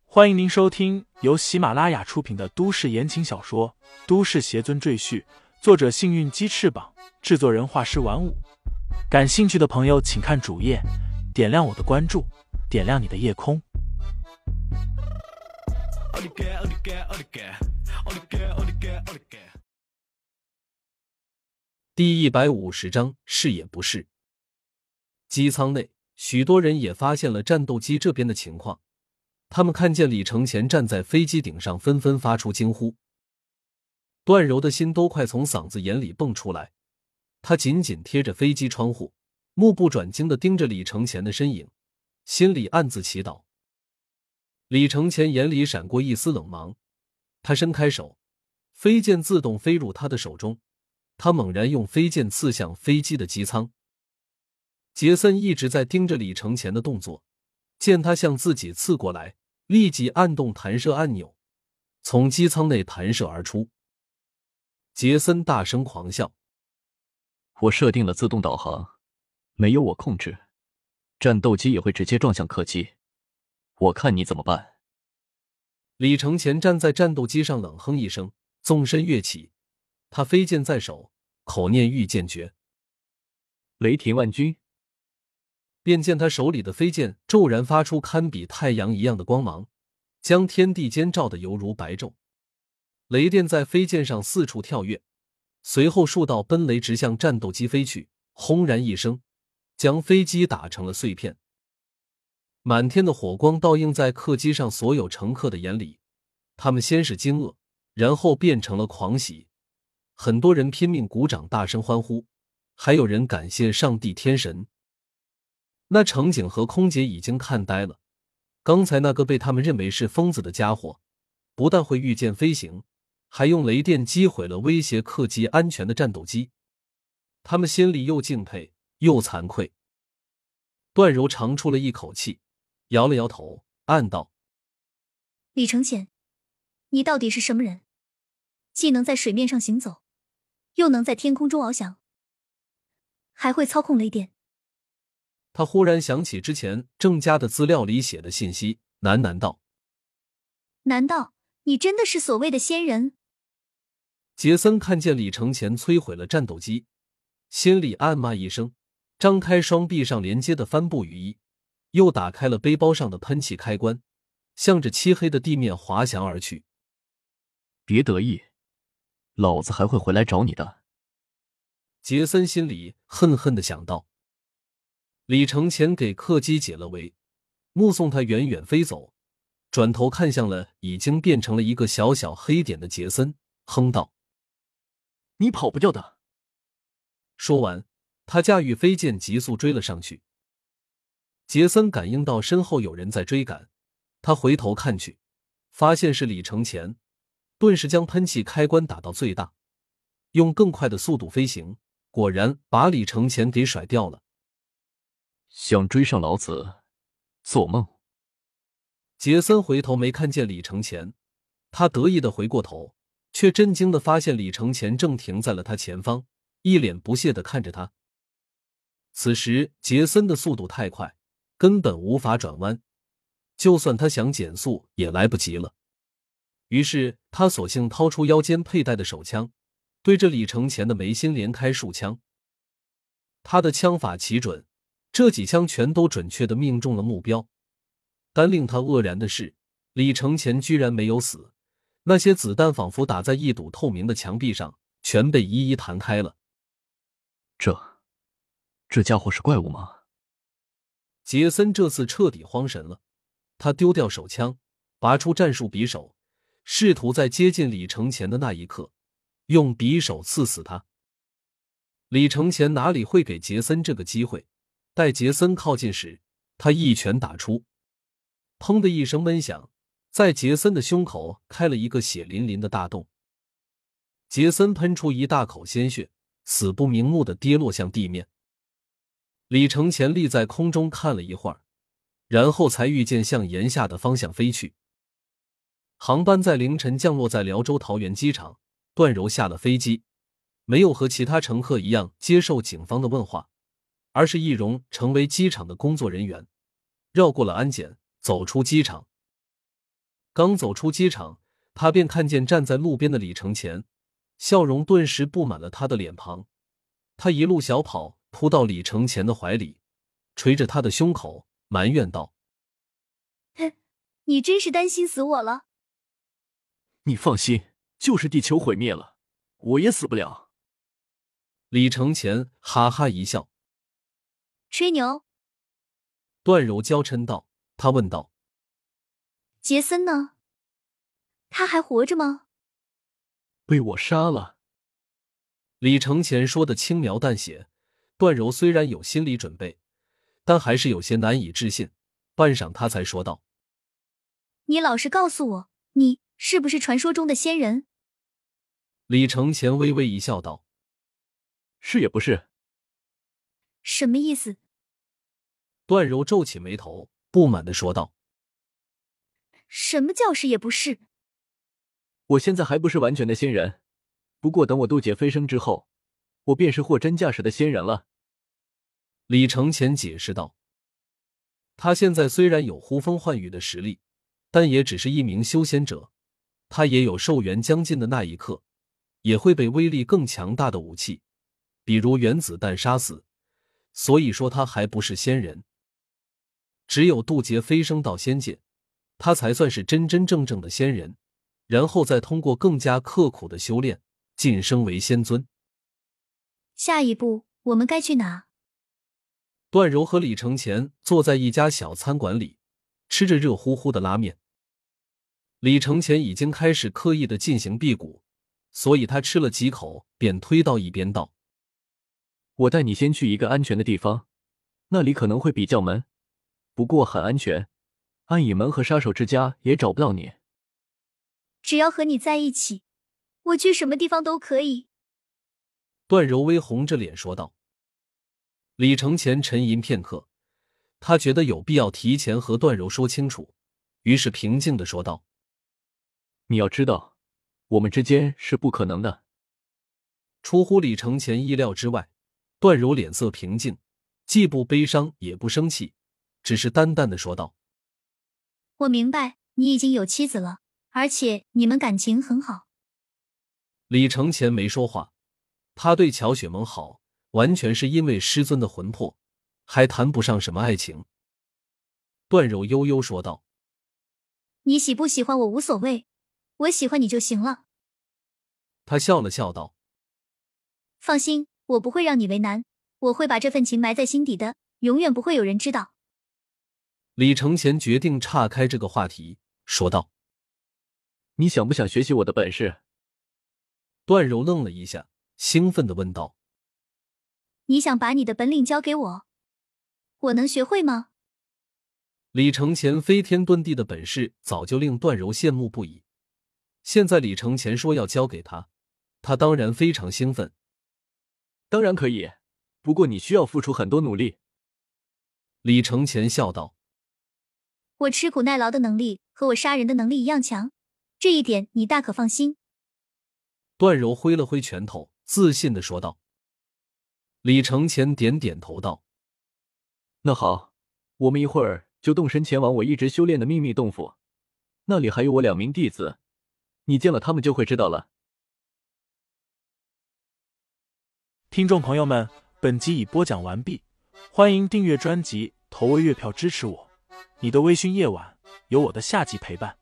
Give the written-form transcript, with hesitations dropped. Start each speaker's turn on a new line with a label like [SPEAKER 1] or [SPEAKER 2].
[SPEAKER 1] 欢迎您收听由喜马拉雅出品的都市言情小说《都市邪尊赘婿》，作者幸运鸡翅膀，制作人画师玩五。感兴趣的朋友请看主页，点亮我的关注，点亮你的夜空。
[SPEAKER 2] 第150章，是也不是。机舱内，许多人也发现了战斗机这边的情况。他们看见李承前站在飞机顶上，纷纷发出惊呼。段柔的心都快从嗓子眼里蹦出来，他紧紧贴着飞机窗户，目不转睛地盯着李承前的身影，心里暗自祈祷。李承前眼里闪过一丝冷芒，他伸开手，飞剑自动飞入他的手中，他猛然用飞剑刺向飞机的机舱。杰森一直在盯着李承前的动作，见他向自己刺过来，立即按动弹射按钮，从机舱内弹射而出。杰森大声狂笑：
[SPEAKER 3] 我设定了自动导航，没有我控制，战斗机也会直接撞向客机，我看你怎么办。
[SPEAKER 2] 李承前站在战斗机上冷哼一声，纵身跃起，他飞剑在手，口念御剑诀，
[SPEAKER 3] 雷霆万钧。
[SPEAKER 2] 便见他手里的飞剑骤然发出堪比太阳一样的光芒，将天地间照得犹如白昼。雷电在飞剑上四处跳跃，随后数道奔雷直向战斗机飞去，轰然一声，将飞机打成了碎片。满天的火光倒映在客机上所有乘客的眼里，他们先是惊愕，然后变成了狂喜。很多人拼命鼓掌，大声欢呼，还有人感谢上帝天神。那乘警和空姐已经看呆了，刚才那个被他们认为是疯子的家伙，不但会御剑飞行，还用雷电击毁了威胁客机安全的战斗机。他们心里又敬佩又惭愧。段柔长出了一口气，摇了摇头，暗道：
[SPEAKER 4] 李承前，你到底是什么人？既能在水面上行走，又能在天空中翱翔，还会操控雷电。
[SPEAKER 2] 他忽然想起之前郑家的资料里写的信息，喃喃道：
[SPEAKER 4] 难道你真的是所谓的仙人？
[SPEAKER 2] 杰森看见李承前摧毁了战斗机，心里暗骂一声，张开双臂上连接的帆布雨衣，又打开了背包上的喷气开关，向着漆黑的地面滑翔而去。
[SPEAKER 3] 别得意，老子还会回来找你的。
[SPEAKER 2] 杰森心里恨恨地想到。李承前给客机解了围，目送他远远飞走，转头看向了已经变成了一个小小黑点的杰森，哼道：
[SPEAKER 3] 你跑不掉的。
[SPEAKER 2] 说完，他驾驭飞剑急速追了上去。杰森感应到身后有人在追赶，他回头看去，发现是李承前，顿时将喷气开关打到最大，用更快的速度飞行，果然把李承前给甩掉了。
[SPEAKER 3] 想追上老子，做梦。
[SPEAKER 2] 杰森回头没看见李承前，他得意地回过头，却震惊地发现李承前正停在了他前方，一脸不屑地看着他。此时杰森的速度太快，根本无法转弯，就算他想减速也来不及了。于是他索性掏出腰间佩戴的手枪，对着李承前的眉心连开数枪。他的枪法奇准，这几枪全都准确地命中了目标。但令他愕然的是，李承前居然没有死，那些子弹仿佛打在一堵透明的墙壁上，全被一一弹开了。
[SPEAKER 3] 这家伙是怪物吗？
[SPEAKER 2] 杰森这次彻底慌神了，他丢掉手枪，拔出战术匕首，试图在接近李承前的那一刻，用匕首刺死他。李承前哪里会给杰森这个机会？待杰森靠近时，他一拳打出，砰的一声闷响，在杰森的胸口开了一个血淋淋的大洞。杰森喷出一大口鲜血，死不瞑目地跌落向地面。李承前立在空中看了一会儿，然后才御剑向炎夏的方向飞去。航班在凌晨降落在辽州桃园机场，段柔下了飞机，没有和其他乘客一样接受警方的问话，而是易容成为机场的工作人员，绕过了安检，走出机场。 刚走出机场，他便看见站在路边的李承前，笑容顿时布满了他的脸庞。他一路小跑，扑到李承前的怀里，捶着他的胸口，埋怨道：“
[SPEAKER 4] 你真是担心死我了。”
[SPEAKER 3] 你放心，就是地球毁灭了，我也死不了。
[SPEAKER 2] 李承前哈哈一笑：“
[SPEAKER 4] 吹牛。”
[SPEAKER 2] 段柔娇嗔道。他问道：“
[SPEAKER 4] 杰森呢？他还活着吗？”
[SPEAKER 3] 被我杀了。
[SPEAKER 2] 李承前说的轻描淡写，段柔虽然有心理准备，但还是有些难以置信。半晌他才说道：“
[SPEAKER 4] 你老实告诉我，你是不是传说中的仙人？”
[SPEAKER 2] 李承前微微一笑道：“
[SPEAKER 3] 是也不是。”
[SPEAKER 4] 什么意思？
[SPEAKER 2] 段柔皱起眉头，不满地说道：“
[SPEAKER 4] 什么叫是也不是？
[SPEAKER 3] 我现在还不是完全的仙人，不过等我渡劫飞升之后，我便是货真价实的仙人了。”
[SPEAKER 2] 李承前解释道：“他现在虽然有呼风唤雨的实力，但也只是一名修仙者，他也有寿元将近的那一刻，也会被威力更强大的武器，比如原子弹杀死，所以说他还不是仙人。只有渡劫飞升到仙界，他才算是真真正正的仙人，然后再通过更加刻苦的修炼，晋升为仙尊。”
[SPEAKER 4] 下一步我们该去哪？
[SPEAKER 2] 段柔和李承前坐在一家小餐馆里，吃着热乎乎的拉面。李承前已经开始刻意的进行辟谷，所以他吃了几口便推到一边道：“
[SPEAKER 3] 我带你先去一个安全的地方，那里可能会比较闷，不过很安全，暗影门和杀手之家也找不到你。”
[SPEAKER 4] 只要和你在一起，我去什么地方都可以。
[SPEAKER 2] 段柔微红着脸说道。李承前沉吟片刻，他觉得有必要提前和段柔说清楚，于是平静地说道：“
[SPEAKER 3] 你要知道，我们之间是不可能的。”
[SPEAKER 2] 出乎李承前意料之外，段柔脸色平静，既不悲伤也不生气，只是淡淡地说道：“
[SPEAKER 4] 我明白，你已经有妻子了，而且你们感情很好。”
[SPEAKER 2] 李承前没说话，他对乔雪萌好，完全是因为师尊的魂魄，还谈不上什么爱情。段柔悠悠说道：“
[SPEAKER 4] 你喜不喜欢我无所谓，我喜欢你就行了。”
[SPEAKER 2] 他笑了笑道：“
[SPEAKER 4] 放心，我不会让你为难，我会把这份情埋在心底的，永远不会有人知道。”
[SPEAKER 2] 李承前决定岔开这个话题，说道：“
[SPEAKER 3] 你想不想学习我的本事？”
[SPEAKER 2] 段柔愣了一下，兴奋地问道：“
[SPEAKER 4] 你想把你的本领教给我？我能学会吗？”
[SPEAKER 2] 李承前飞天遁地的本事早就令段柔羡慕不已，现在李承前说要教给他，他当然非常兴奋。
[SPEAKER 3] “当然可以，不过你需要付出很多努力。”
[SPEAKER 2] 李承前笑道：“
[SPEAKER 4] 我吃苦耐劳的能力和我杀人的能力一样强，这一点你大可放心。”
[SPEAKER 2] 段柔挥了挥拳头，自信地说道。李承前点点头道：“
[SPEAKER 3] 那好，我们一会儿就动身前往我一直修炼的秘密洞府，那里还有我2名弟子，你见了他们就会知道了。”
[SPEAKER 1] 听众朋友们，本集已播讲完毕，欢迎订阅专辑，投喂月票支持我。你的微醺夜晚，有我的下集陪伴。